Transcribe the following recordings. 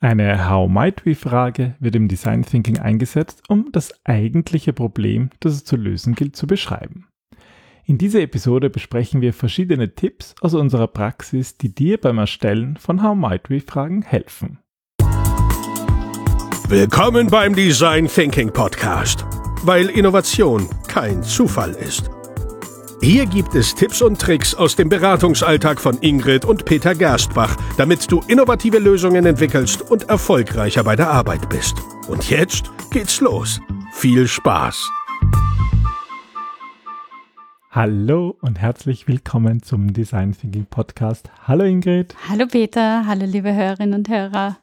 Eine How-Might-We-Frage wird im Design Thinking eingesetzt, um das eigentliche Problem, das es zu lösen gilt, zu beschreiben. In dieser Episode besprechen wir verschiedene Tipps aus unserer Praxis, die dir beim Erstellen von How-Might-We-Fragen helfen. Willkommen beim Design Thinking Podcast, weil Innovation kein Zufall ist. Hier gibt es Tipps und Tricks aus dem Beratungsalltag von Ingrid und Peter Gerstbach, damit du innovative Lösungen entwickelst und erfolgreicher bei der Arbeit bist. Und jetzt geht's los. Viel Spaß! Hallo und herzlich willkommen zum Design Thinking Podcast. Hallo Ingrid. Hallo Peter, hallo liebe Hörerinnen und Hörer.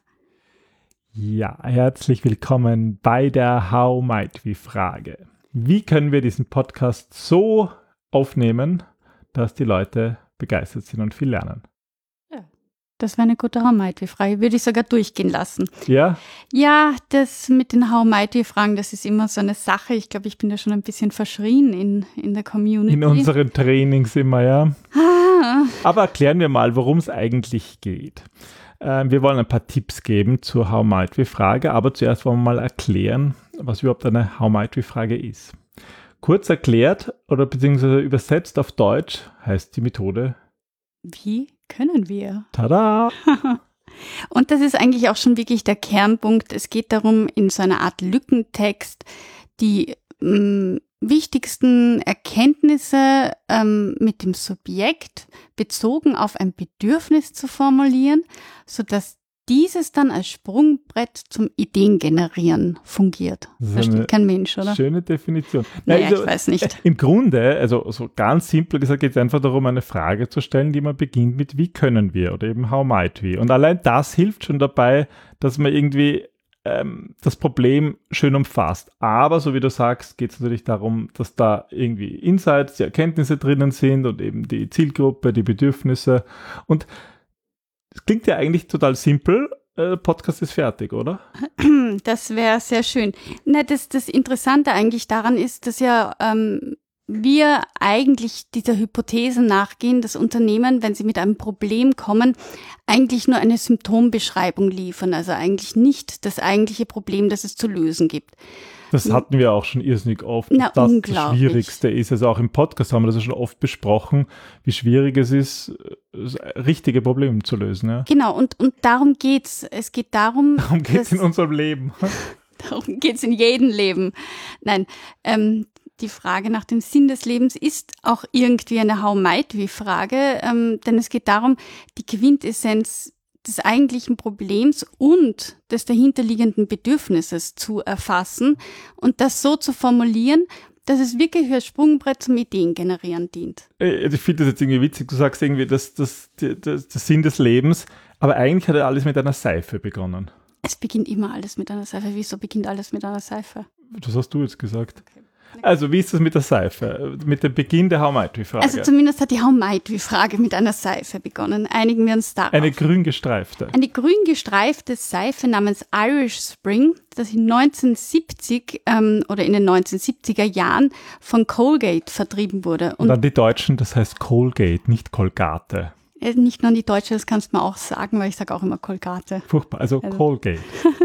Ja, herzlich willkommen bei der How-Might-We-Frage. Wie können wir diesen Podcast so aufnehmen, dass die Leute begeistert sind und viel lernen? Ja, das wäre eine gute How-Might-We-Frage. Würde ich sogar durchgehen lassen. Ja? Ja, das mit den How-Might-We-Fragen, das ist immer so eine Sache. Ich glaube, ich bin da schon ein bisschen verschrien in der Community. In unseren Trainings immer, ja. Aber erklären wir mal, worum es eigentlich geht. Wir wollen ein paar Tipps geben zur How-Might-We-Frage, aber zuerst wollen wir mal erklären, was überhaupt eine How-Might-We-Frage ist. Kurz erklärt oder beziehungsweise übersetzt auf Deutsch heißt die Methode: Wie können wir? Tada! Und das ist eigentlich auch schon wirklich der Kernpunkt. Es geht darum, in so einer Art Lückentext die wichtigsten Erkenntnisse mit dem Subjekt bezogen auf ein Bedürfnis zu formulieren, sodass dieses dann als Sprungbrett zum Ideengenerieren fungiert. Versteht kein Mensch, oder? Schöne Definition. Naja, also, ich weiß nicht. Im Grunde, also so ganz simpel gesagt, geht es einfach darum, eine Frage zu stellen, die man beginnt mit wie können wir oder eben how might we. Und allein das hilft schon dabei, dass man irgendwie das Problem schön umfasst. Aber so wie du sagst, geht es natürlich darum, dass da irgendwie Insights, die Erkenntnisse drinnen sind und eben die Zielgruppe, die Bedürfnisse. Und es klingt ja eigentlich total simpel. Podcast ist fertig, oder? Das wäre sehr schön. Na, das Interessante eigentlich daran ist, dass ja wir eigentlich dieser Hypothese nachgehen, dass Unternehmen, wenn sie mit einem Problem kommen, eigentlich nur eine Symptombeschreibung liefern, also eigentlich nicht das eigentliche Problem, das es zu lösen gibt. Das hatten wir auch schon irrsinnig oft, dass das Schwierigste ist. Also auch im Podcast haben wir das schon oft besprochen, wie schwierig es ist, richtige Probleme zu lösen. Ja. Genau, und darum geht's. Es geht darum. Darum geht's in unserem Leben. Darum geht's in jedem Leben. Nein, die Frage nach dem Sinn des Lebens ist auch irgendwie eine How-Might-We-Frage, denn es geht darum, die Quintessenz des eigentlichen Problems und des dahinterliegenden Bedürfnisses zu erfassen und das so zu formulieren, dass es wirklich als Sprungbrett zum Ideengenerieren dient. Ich finde das jetzt irgendwie witzig, du sagst irgendwie, das Sinn des Lebens, aber eigentlich hat ja alles mit einer Seife begonnen. Es beginnt immer alles mit einer Seife. Wieso beginnt alles mit einer Seife? Das hast du jetzt gesagt. Okay. Also wie ist das mit der Seife, mit dem Beginn der How-Might-We-Frage? Also zumindest hat die How-Might-We-Frage mit einer Seife begonnen. Einigen wir uns darauf. Eine grün gestreifte. Eine grün gestreifte Seife namens Irish Spring, das in 1970 oder in den 1970er Jahren von Colgate vertrieben wurde. Und an die Deutschen, das heißt Colgate, nicht Colgate. Nicht nur an die Deutsche, das kannst du mir auch sagen, weil ich sage auch immer Colgate. Furchtbar, also Colgate.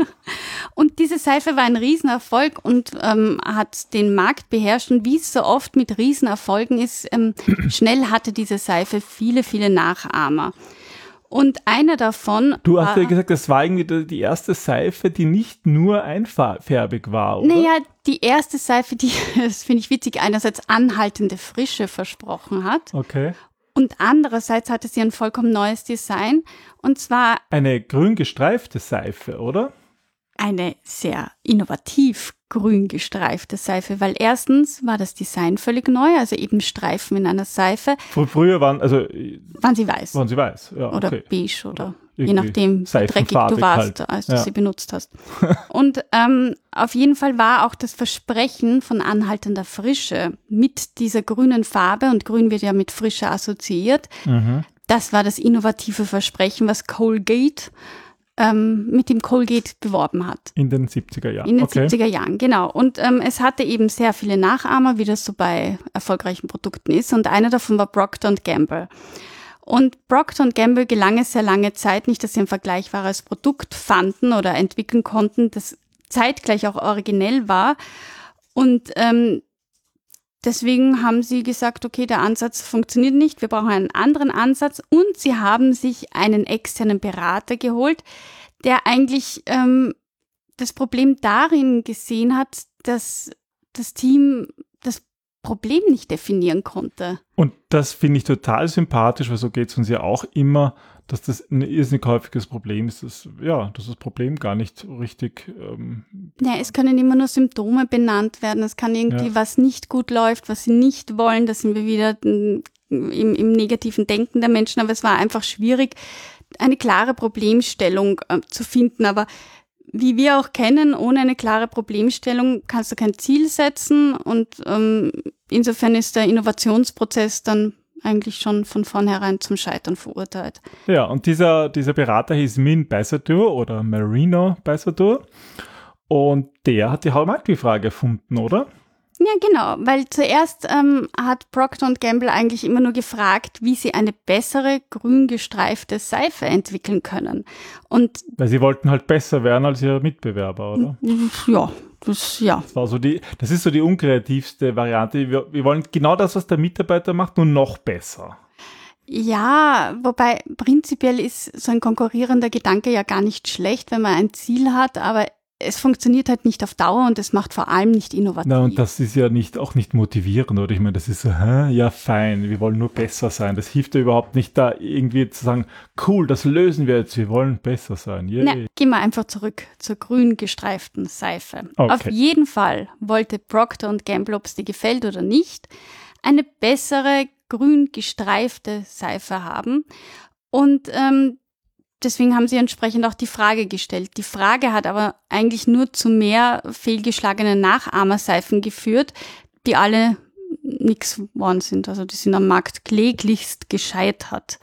Und diese Seife war ein Riesenerfolg und hat den Markt beherrscht. Und wie es so oft mit Riesenerfolgen ist, schnell hatte diese Seife viele, viele Nachahmer. Und einer davon Du hast ja gesagt, das war irgendwie die erste Seife, die nicht nur einfarbig war, oder? Naja, die erste Seife, die, das finde ich witzig, einerseits anhaltende Frische versprochen hat. Okay. Und andererseits hatte sie ein vollkommen neues Design. Und zwar eine grün gestreifte Seife, oder? Eine sehr innovativ grün gestreifte Seife, weil erstens war das Design völlig neu, also eben Streifen in einer Seife. Früher waren sie weiß. Waren sie weiß, ja. Oder okay. Beige oder je nachdem, wie dreckig du warst, halt. als du sie benutzt hast. Und auf jeden Fall war auch das Versprechen von anhaltender Frische mit dieser grünen Farbe, und grün wird ja mit Frische assoziiert, das war das innovative Versprechen, was Colgate mit dem Colgate beworben hat. In den 70er Jahren. In den 70er Jahren, genau. Und es hatte eben sehr viele Nachahmer, wie das so bei erfolgreichen Produkten ist. Und einer davon war Procter & Gamble. Und Procter & Gamble gelang es sehr lange Zeit nicht, dass sie ein vergleichbares Produkt fanden oder entwickeln konnten, das zeitgleich auch originell war. Und deswegen haben sie gesagt, okay, der Ansatz funktioniert nicht, wir brauchen einen anderen Ansatz. Und sie haben sich einen externen Berater geholt, der eigentlich das Problem darin gesehen hat, dass das Team das Problem nicht definieren konnte. Und das finde ich total sympathisch, weil so geht es uns ja auch immer, dass das ein irrsinnig häufiges Problem ist, dass das Problem gar nicht richtig... es können immer nur Symptome benannt werden, es kann irgendwie was nicht gut läuft, was sie nicht wollen, da sind wir wieder im negativen Denken der Menschen, aber es war einfach schwierig, eine klare Problemstellung zu finden, aber wie wir auch kennen, ohne eine klare Problemstellung kannst du kein Ziel setzen und insofern ist der Innovationsprozess dann eigentlich schon von vornherein zum Scheitern verurteilt. Ja, und dieser Berater hieß Min Basadur oder Marino Basadur und der hat die How Might We-Frage erfunden, oder? Ja, genau, weil zuerst hat Procter & Gamble eigentlich immer nur gefragt, wie sie eine bessere grün gestreifte Seife entwickeln können. Und weil sie wollten halt besser werden als ihre Mitbewerber, oder? Ja. Das ist so die unkreativste Variante. Wir wollen genau das, was der Mitarbeiter macht, nur noch besser. Ja, wobei prinzipiell ist so ein konkurrierender Gedanke ja gar nicht schlecht, wenn man ein Ziel hat, aber es funktioniert halt nicht auf Dauer und es macht vor allem nicht innovativ. Na, und das ist ja auch nicht motivierend, oder? Ich meine, das ist so, ja fein, wir wollen nur besser sein. Das hilft ja überhaupt nicht, da irgendwie zu sagen, cool, das lösen wir jetzt, wir wollen besser sein. Na, gehen wir einfach zurück zur grün gestreiften Seife. Okay. Auf jeden Fall wollte Procter & Gamble, ob es dir gefällt oder nicht, eine bessere grün gestreifte Seife haben. Und deswegen haben sie entsprechend auch die Frage gestellt. Die Frage hat aber eigentlich nur zu mehr fehlgeschlagenen Nachahmerseifen geführt, die alle nichts geworden sind. Also die sind am Markt kläglichst gescheitert.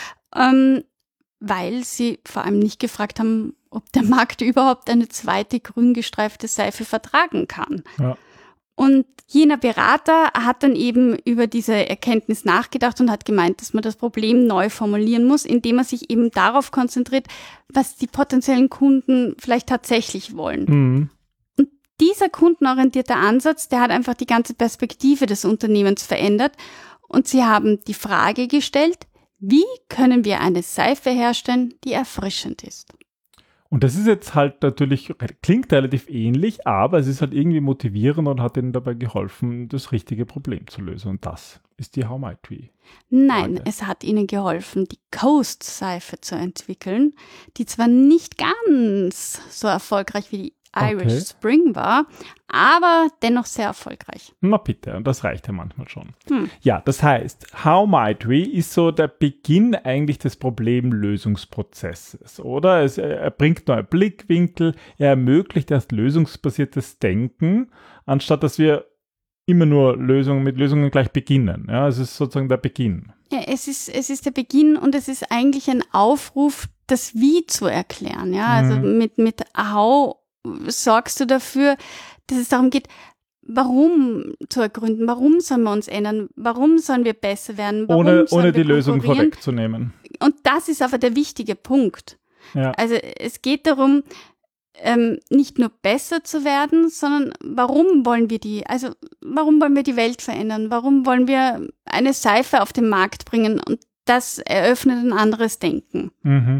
Weil sie vor allem nicht gefragt haben, ob der Markt überhaupt eine zweite grün gestreifte Seife vertragen kann. Ja. Und jener Berater hat dann eben über diese Erkenntnis nachgedacht und hat gemeint, dass man das Problem neu formulieren muss, indem man sich eben darauf konzentriert, was die potenziellen Kunden vielleicht tatsächlich wollen. Mhm. Und dieser kundenorientierte Ansatz, der hat einfach die ganze Perspektive des Unternehmens verändert. Und sie haben die Frage gestellt, wie können wir eine Seife herstellen, die erfrischend ist? Und das ist jetzt halt natürlich, klingt relativ ähnlich, aber es ist halt irgendwie motivierend und hat ihnen dabei geholfen, das richtige Problem zu lösen. Und das ist die How Might We. Nein, es hat ihnen geholfen, die Coast-Seife zu entwickeln, die zwar nicht ganz so erfolgreich wie die Irish Spring war, aber dennoch sehr erfolgreich. Na bitte, und das reicht ja manchmal schon. Ja, das heißt, How Might We ist so der Beginn eigentlich des Problemlösungsprozesses, oder? Er bringt neue Blickwinkel, er ermöglicht erst lösungsbasiertes Denken, anstatt dass wir immer nur mit Lösungen gleich beginnen. Ja, es ist sozusagen der Beginn. Ja, es ist der Beginn und es ist eigentlich ein Aufruf, das Wie zu erklären. Ja, also mit How sorgst du dafür, dass es darum geht, warum zu ergründen, warum sollen wir uns ändern, warum sollen wir besser werden, ohne die Lösung vorwegzunehmen. Und das ist aber der wichtige Punkt. Ja. Also es geht darum, nicht nur besser zu werden, sondern warum wollen wir die Welt verändern, warum wollen wir eine Seife auf den Markt bringen und das eröffnet ein anderes Denken.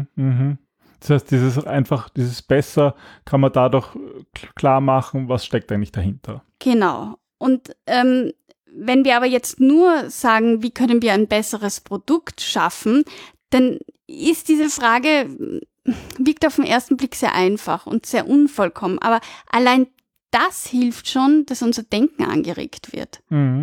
Das heißt, dieses Besser kann man dadurch klar machen, was steckt eigentlich dahinter. Genau. Und wenn wir aber jetzt nur sagen, wie können wir ein besseres Produkt schaffen, dann ist diese Frage, wirkt auf den ersten Blick sehr einfach und sehr unvollkommen. Aber allein das hilft schon, dass unser Denken angeregt wird.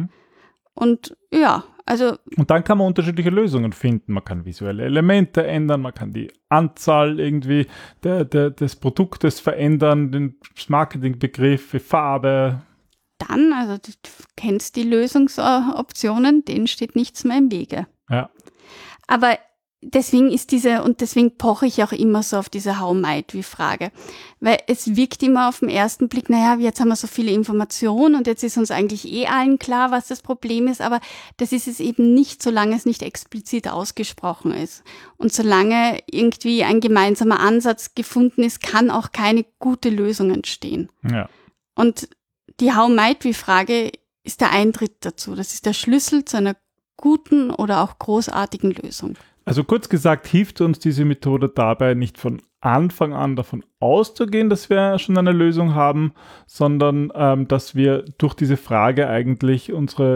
Und ja, und dann kann man unterschiedliche Lösungen finden. Man kann visuelle Elemente ändern, man kann die Anzahl irgendwie des Produktes verändern, den Marketingbegriff, die Farbe. Dann, du kennst die Lösungsoptionen, denen steht nichts mehr im Wege. Ja. Aber deswegen poche ich auch immer so auf diese How might we Frage. Weil es wirkt immer auf den ersten Blick, naja, jetzt haben wir so viele Informationen und jetzt ist uns eigentlich allen klar, was das Problem ist, aber das ist es eben nicht, solange es nicht explizit ausgesprochen ist. Und solange irgendwie ein gemeinsamer Ansatz gefunden ist, kann auch keine gute Lösung entstehen. Ja. Und die How might we Frage ist der Eintritt dazu. Das ist der Schlüssel zu einer guten oder auch großartigen Lösung. Also kurz gesagt, hilft uns diese Methode dabei, nicht von Anfang an davon auszugehen, dass wir schon eine Lösung haben, sondern dass wir durch diese Frage eigentlich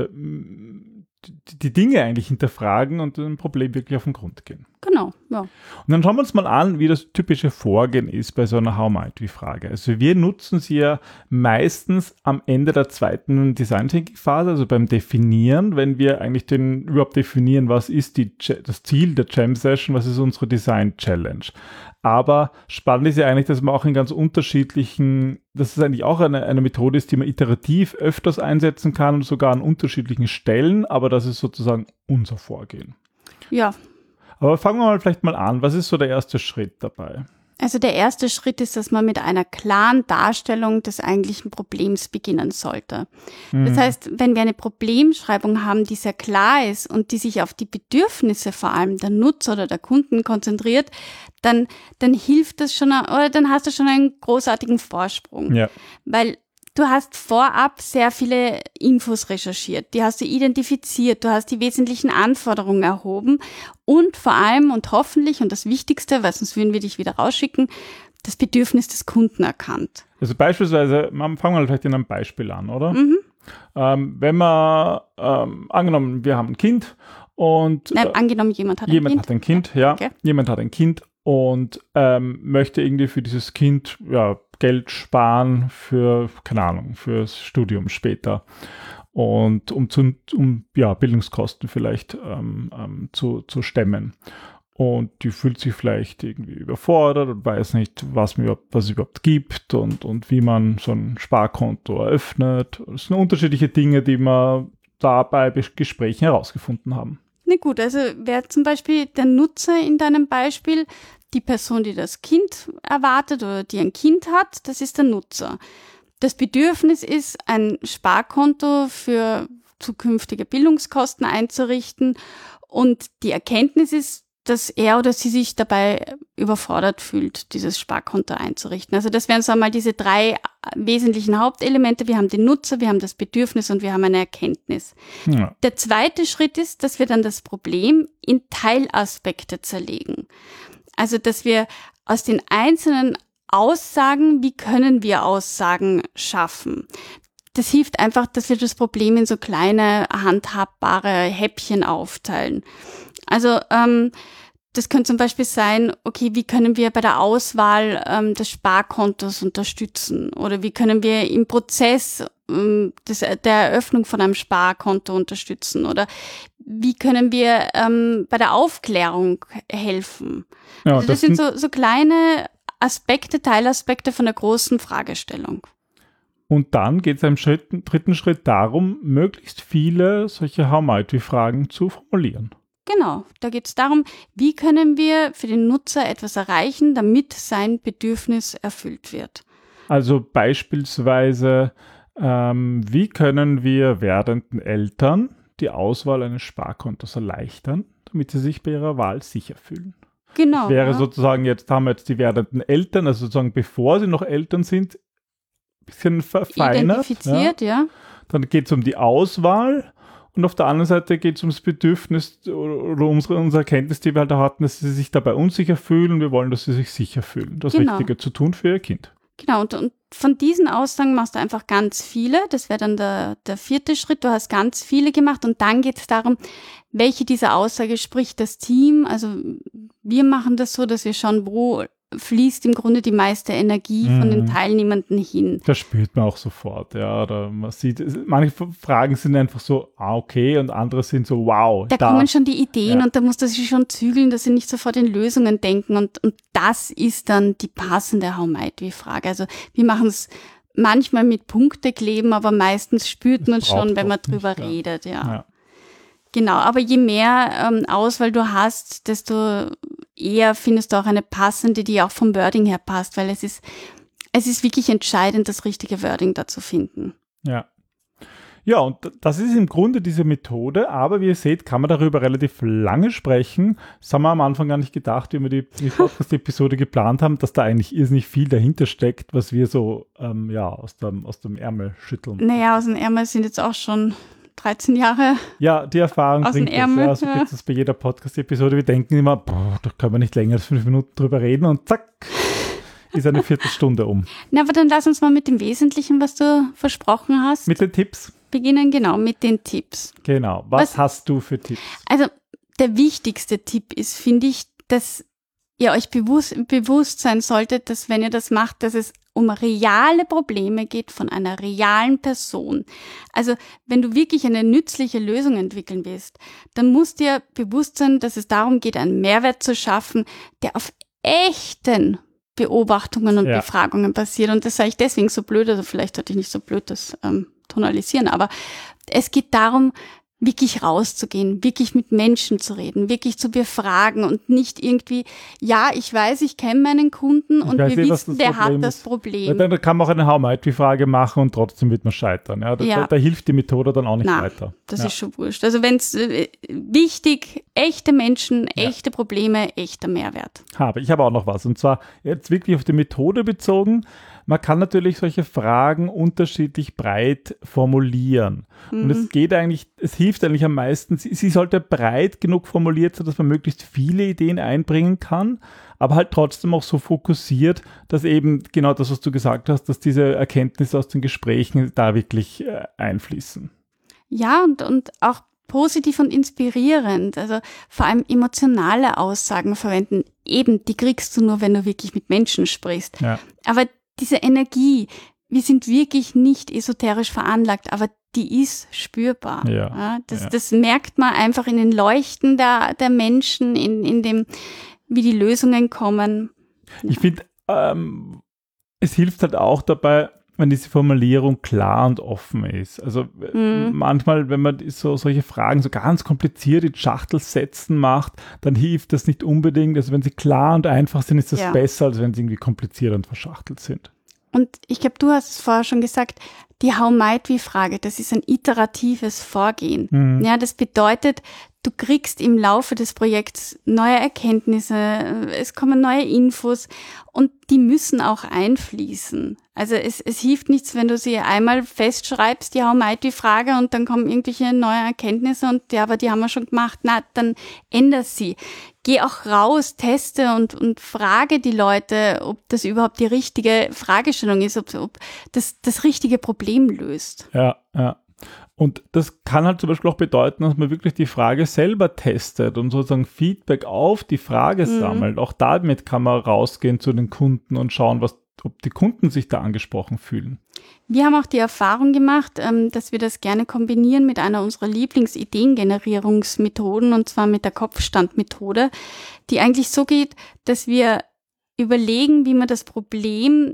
die Dinge eigentlich hinterfragen und dem Problem wirklich auf den Grund gehen. Genau, ja. Und dann schauen wir uns mal an, wie das typische Vorgehen ist bei so einer How might we Frage. Also wir nutzen sie ja meistens am Ende der zweiten Design Thinking Phase, also beim Definieren, wenn wir eigentlich überhaupt definieren, was ist das Ziel der Jam Session, was ist unsere Design Challenge. Aber spannend ist ja eigentlich, dass man auch in ganz unterschiedlichen, dass es eigentlich auch eine Methode ist, die man iterativ öfters einsetzen kann und sogar an unterschiedlichen Stellen, aber das ist sozusagen unser Vorgehen. Ja. Aber fangen wir mal vielleicht mal an. Was ist so der erste Schritt dabei? Also der erste Schritt ist, dass man mit einer klaren Darstellung des eigentlichen Problems beginnen sollte. Das heißt, wenn wir eine Problemschreibung haben, die sehr klar ist und die sich auf die Bedürfnisse vor allem der Nutzer oder der Kunden konzentriert, dann hilft das schon, oder dann hast du schon einen großartigen Vorsprung. Ja. Weil du hast vorab sehr viele Infos recherchiert, die hast du identifiziert, du hast die wesentlichen Anforderungen erhoben und vor allem und hoffentlich, und das Wichtigste, weil sonst würden wir dich wieder rausschicken, das Bedürfnis des Kunden erkannt. Also beispielsweise, fangen wir vielleicht in einem Beispiel an, oder? Wenn man, angenommen, wir haben ein Kind und... angenommen, jemand hat ein Kind. Okay. Jemand hat ein Kind und möchte irgendwie für dieses Kind, Geld sparen für, keine Ahnung, fürs Studium später und um Bildungskosten vielleicht zu stemmen. Und die fühlt sich vielleicht irgendwie überfordert und weiß nicht, was es überhaupt gibt und wie man so ein Sparkonto eröffnet. Das sind unterschiedliche Dinge, die wir da bei Gesprächen herausgefunden haben. Na gut, also wäre zum Beispiel der Nutzer in deinem Beispiel die Person, die das Kind erwartet oder die ein Kind hat, das ist der Nutzer. Das Bedürfnis ist, ein Sparkonto für zukünftige Bildungskosten einzurichten und die Erkenntnis ist, dass er oder sie sich dabei überfordert fühlt, dieses Sparkonto einzurichten. Also das wären so einmal diese 3 wesentlichen Hauptelemente. Wir haben den Nutzer, wir haben das Bedürfnis und wir haben eine Erkenntnis. Ja. Der zweite Schritt ist, dass wir dann das Problem in Teilaspekte zerlegen. Also, dass wir aus den einzelnen Aussagen, wie können wir Aussagen schaffen? Das hilft einfach, dass wir das Problem in so kleine, handhabbare Häppchen aufteilen. Also, das könnte zum Beispiel sein, okay, wie können wir bei der Auswahl des Sparkontos unterstützen? Oder wie können wir im Prozess der Eröffnung von einem Sparkonto unterstützen? Oder wie können wir bei der Aufklärung helfen? Ja, also das sind so kleine Aspekte, Teilaspekte von der großen Fragestellung. Und dann geht es im dritten Schritt darum, möglichst viele solche How might we Fragen zu formulieren. Genau, da geht es darum, wie können wir für den Nutzer etwas erreichen, damit sein Bedürfnis erfüllt wird. Also beispielsweise, wie können wir werdenden Eltern die Auswahl eines Sparkontos erleichtern, damit sie sich bei ihrer Wahl sicher fühlen? Genau. Das wäre sozusagen, haben wir jetzt die werdenden Eltern, also sozusagen bevor sie noch Eltern sind, ein bisschen verfeinert. Identifiziert, ja. Dann geht es um die Auswahl. Und auf der anderen Seite geht es ums Bedürfnis oder unsere Erkenntnis, die wir halt hatten, dass sie sich dabei unsicher fühlen und wir wollen, dass sie sich sicher fühlen. Das Richtige zu tun für ihr Kind. Genau, und von diesen Aussagen machst du einfach ganz viele. Das wäre dann der 4. Schritt. Du hast ganz viele gemacht und dann geht es darum, welche dieser Aussage spricht das Team. Also wir machen das so, dass wir schauen, wo fließt im Grunde die meiste Energie von den Teilnehmenden hin. Das spürt man auch sofort, ja. Oder man sieht, manche Fragen sind einfach so, okay, und andere sind so, wow. Da kommen schon die Ideen und da muss das sich schon zügeln, dass sie nicht sofort in Lösungen denken und das ist dann die passende How might we Frage. Also wir machen es manchmal mit Punktekleben, aber meistens spürt man schon, wenn man drüber redet, ja. Genau, aber je mehr Auswahl du hast, desto eher findest du auch eine passende, die auch vom Wording her passt, weil es ist wirklich entscheidend, das richtige Wording da zu finden. Ja. Ja, und das ist im Grunde diese Methode, aber wie ihr seht, kann man darüber relativ lange sprechen. Das haben wir am Anfang gar nicht gedacht, wie wir die Podcast-Episode geplant haben, dass da eigentlich irrsinnig viel dahinter steckt, was wir so aus dem Ärmel schütteln. Naja, aus dem Ärmel sind jetzt auch schon 13 Jahre. Ja, die Erfahrung aus bringt dem Ärmel, das. Ja, so geht es bei jeder Podcast-Episode. Wir denken immer, da können wir nicht länger als 5 Minuten drüber reden und zack, ist eine Viertelstunde um. Na, aber dann lass uns mal mit dem Wesentlichen, was du versprochen hast. Mit den Tipps? Beginnen, genau, mit den Tipps. Genau. Was hast du für Tipps? Also, der wichtigste Tipp ist, finde ich, dass ihr euch bewusst sein solltet, dass wenn ihr das macht, dass es um reale Probleme geht von einer realen Person. Also, wenn du wirklich eine nützliche Lösung entwickeln willst, dann musst dir bewusst sein, dass es darum geht, einen Mehrwert zu schaffen, der auf echten Beobachtungen und Befragungen basiert. Und das sage ich deswegen so blöd, also vielleicht sollte ich nicht so blöd das tonalisieren, aber es geht darum, wirklich rauszugehen, wirklich mit Menschen zu reden, wirklich zu befragen und nicht irgendwie, ja, ich weiß, ich kenne meinen Kunden und wir wissen, der hat das Problem. Da kann man auch eine How might we Frage machen und trotzdem wird man scheitern. Ja, da hilft die Methode dann auch nicht weiter. Das ist schon wurscht. Also wenn es wichtig, echte Menschen, echte Probleme, echter Mehrwert. Ich habe auch noch was und zwar jetzt wirklich auf die Methode bezogen. Man kann natürlich solche Fragen unterschiedlich breit formulieren. Und es hilft eigentlich am meisten, sie sollte breit genug formuliert sein, dass man möglichst viele Ideen einbringen kann, aber halt trotzdem auch so fokussiert, dass eben genau das, was du gesagt hast, dass diese Erkenntnisse aus den Gesprächen da wirklich einfließen. Ja, und auch positiv und inspirierend, also vor allem emotionale Aussagen verwenden. Eben, die kriegst du nur, wenn du wirklich mit Menschen sprichst. Ja. Aber diese Energie, wir sind wirklich nicht esoterisch veranlagt, aber die ist spürbar. Ja. Das merkt man einfach in den Leuchten der Menschen, in dem, wie die Lösungen kommen. Ja. Ich finde, es hilft halt auch dabei, wenn diese Formulierung klar und offen ist. Also manchmal, wenn man solche Fragen so ganz kompliziert in Schachtelsätzen macht, dann hilft das nicht unbedingt. Also wenn sie klar und einfach sind, ist das besser, als wenn sie irgendwie kompliziert und verschachtelt sind. Und ich glaube, du hast es vorher schon gesagt, die How might we Frage, das ist ein iteratives Vorgehen. Ja, das bedeutet, du kriegst im Laufe des Projekts neue Erkenntnisse, es kommen neue Infos und die müssen auch einfließen. Also es hilft nichts, wenn du sie einmal festschreibst, die How might we Frage und dann kommen irgendwelche neue Erkenntnisse und aber die haben wir schon gemacht. Na, dann änder sie. Geh auch raus, teste und frage die Leute, ob das überhaupt die richtige Fragestellung ist, ob das richtige Problem löst. Ja. Und das kann halt zum Beispiel auch bedeuten, dass man wirklich die Frage selber testet und sozusagen Feedback auf die Frage sammelt. Auch damit kann man rausgehen zu den Kunden und schauen, ob die Kunden sich da angesprochen fühlen. Wir haben auch die Erfahrung gemacht, dass wir das gerne kombinieren mit einer unserer Lieblingsideengenerierungsmethoden, und zwar mit der Kopfstandmethode, die eigentlich so geht, dass wir überlegen, wie man das Problem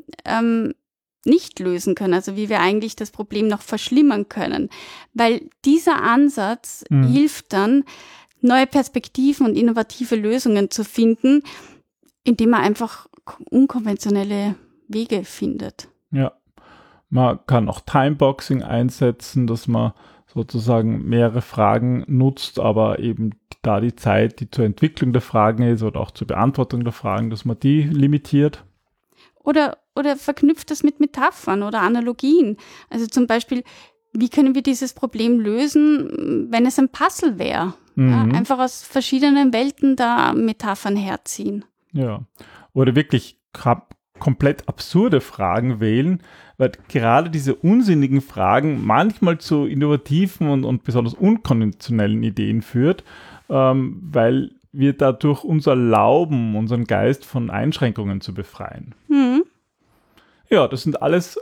nicht lösen können, also wie wir eigentlich das Problem noch verschlimmern können. Weil dieser Ansatz hilft dann, neue Perspektiven und innovative Lösungen zu finden, indem man einfach unkonventionelle Wege findet. Ja, man kann auch Timeboxing einsetzen, dass man sozusagen mehrere Fragen nutzt, aber eben da die Zeit, die zur Entwicklung der Fragen ist oder auch zur Beantwortung der Fragen, dass man die limitiert. Oder verknüpft das mit Metaphern oder Analogien. Also zum Beispiel, wie können wir dieses Problem lösen, wenn es ein Puzzle wäre? Ja, einfach aus verschiedenen Welten da Metaphern herziehen. Ja, oder wirklich komplett absurde Fragen wählen, weil gerade diese unsinnigen Fragen manchmal zu innovativen und besonders unkonventionellen Ideen führt, weil wir dadurch uns erlauben, unseren Geist von Einschränkungen zu befreien. Ja, das sind alles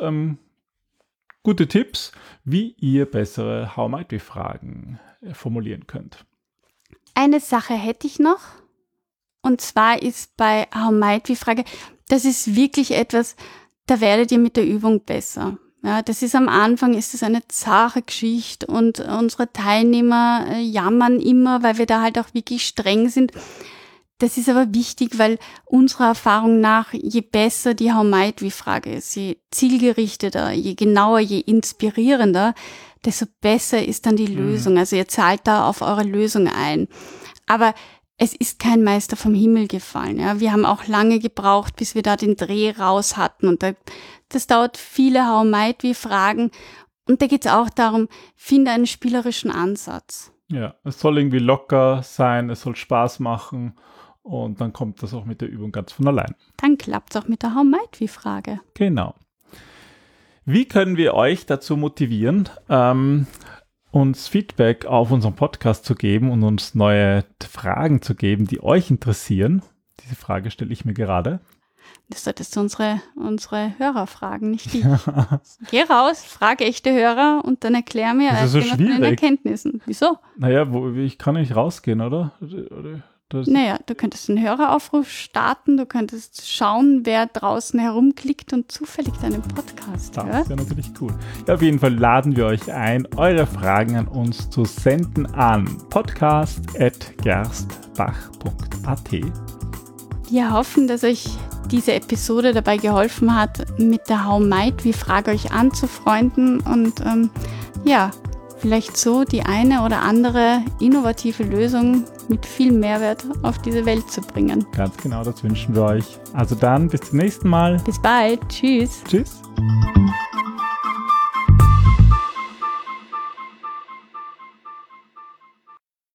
gute Tipps, wie ihr bessere How might we Fragen formulieren könnt. Eine Sache hätte ich noch, und zwar ist bei How might we Frage, das ist wirklich etwas, da werdet ihr mit der Übung besser. Ja, das ist am Anfang, ist es eine zahre Geschichte und unsere Teilnehmer jammern immer, weil wir da halt auch wirklich streng sind. Das ist aber wichtig, weil unserer Erfahrung nach, je besser die How Might We Frage ist, je zielgerichteter, je genauer, je inspirierender, desto besser ist dann die Lösung. Also ihr zahlt da auf eure Lösung ein. Aber es ist kein Meister vom Himmel gefallen. Ja. Wir haben auch lange gebraucht, bis wir da den Dreh raus hatten. Und das dauert viele How Might We Fragen. Und da geht es auch darum, finde einen spielerischen Ansatz. Ja, es soll irgendwie locker sein, es soll Spaß machen und dann kommt das auch mit der Übung ganz von allein. Dann klappt es auch mit der How Might We Frage. Genau. Wie können wir euch dazu motivieren, uns Feedback auf unseren Podcast zu geben und uns neue Fragen zu geben, die euch interessieren? Diese Frage stelle ich mir gerade. Das solltest du unsere Hörer fragen, nicht dich. Geh raus, frage echte Hörer und dann erklär mir das ist so von den Erkenntnissen. Wieso? Naja, ich kann nicht rausgehen, oder? Naja, du könntest einen Höreraufruf starten, du könntest schauen, wer draußen herumklickt und zufällig deinen Podcast hört. Das wäre natürlich cool. Ja, auf jeden Fall laden wir euch ein, eure Fragen an uns zu senden an podcast@gerstbach.at. Wir hoffen, dass euch diese Episode dabei geholfen hat, mit der How Might We Frage euch anzufreunden und vielleicht so die eine oder andere innovative Lösung mit viel Mehrwert auf diese Welt zu bringen. Ganz genau, das wünschen wir euch. Also dann, bis zum nächsten Mal. Bis bald. Tschüss. Tschüss.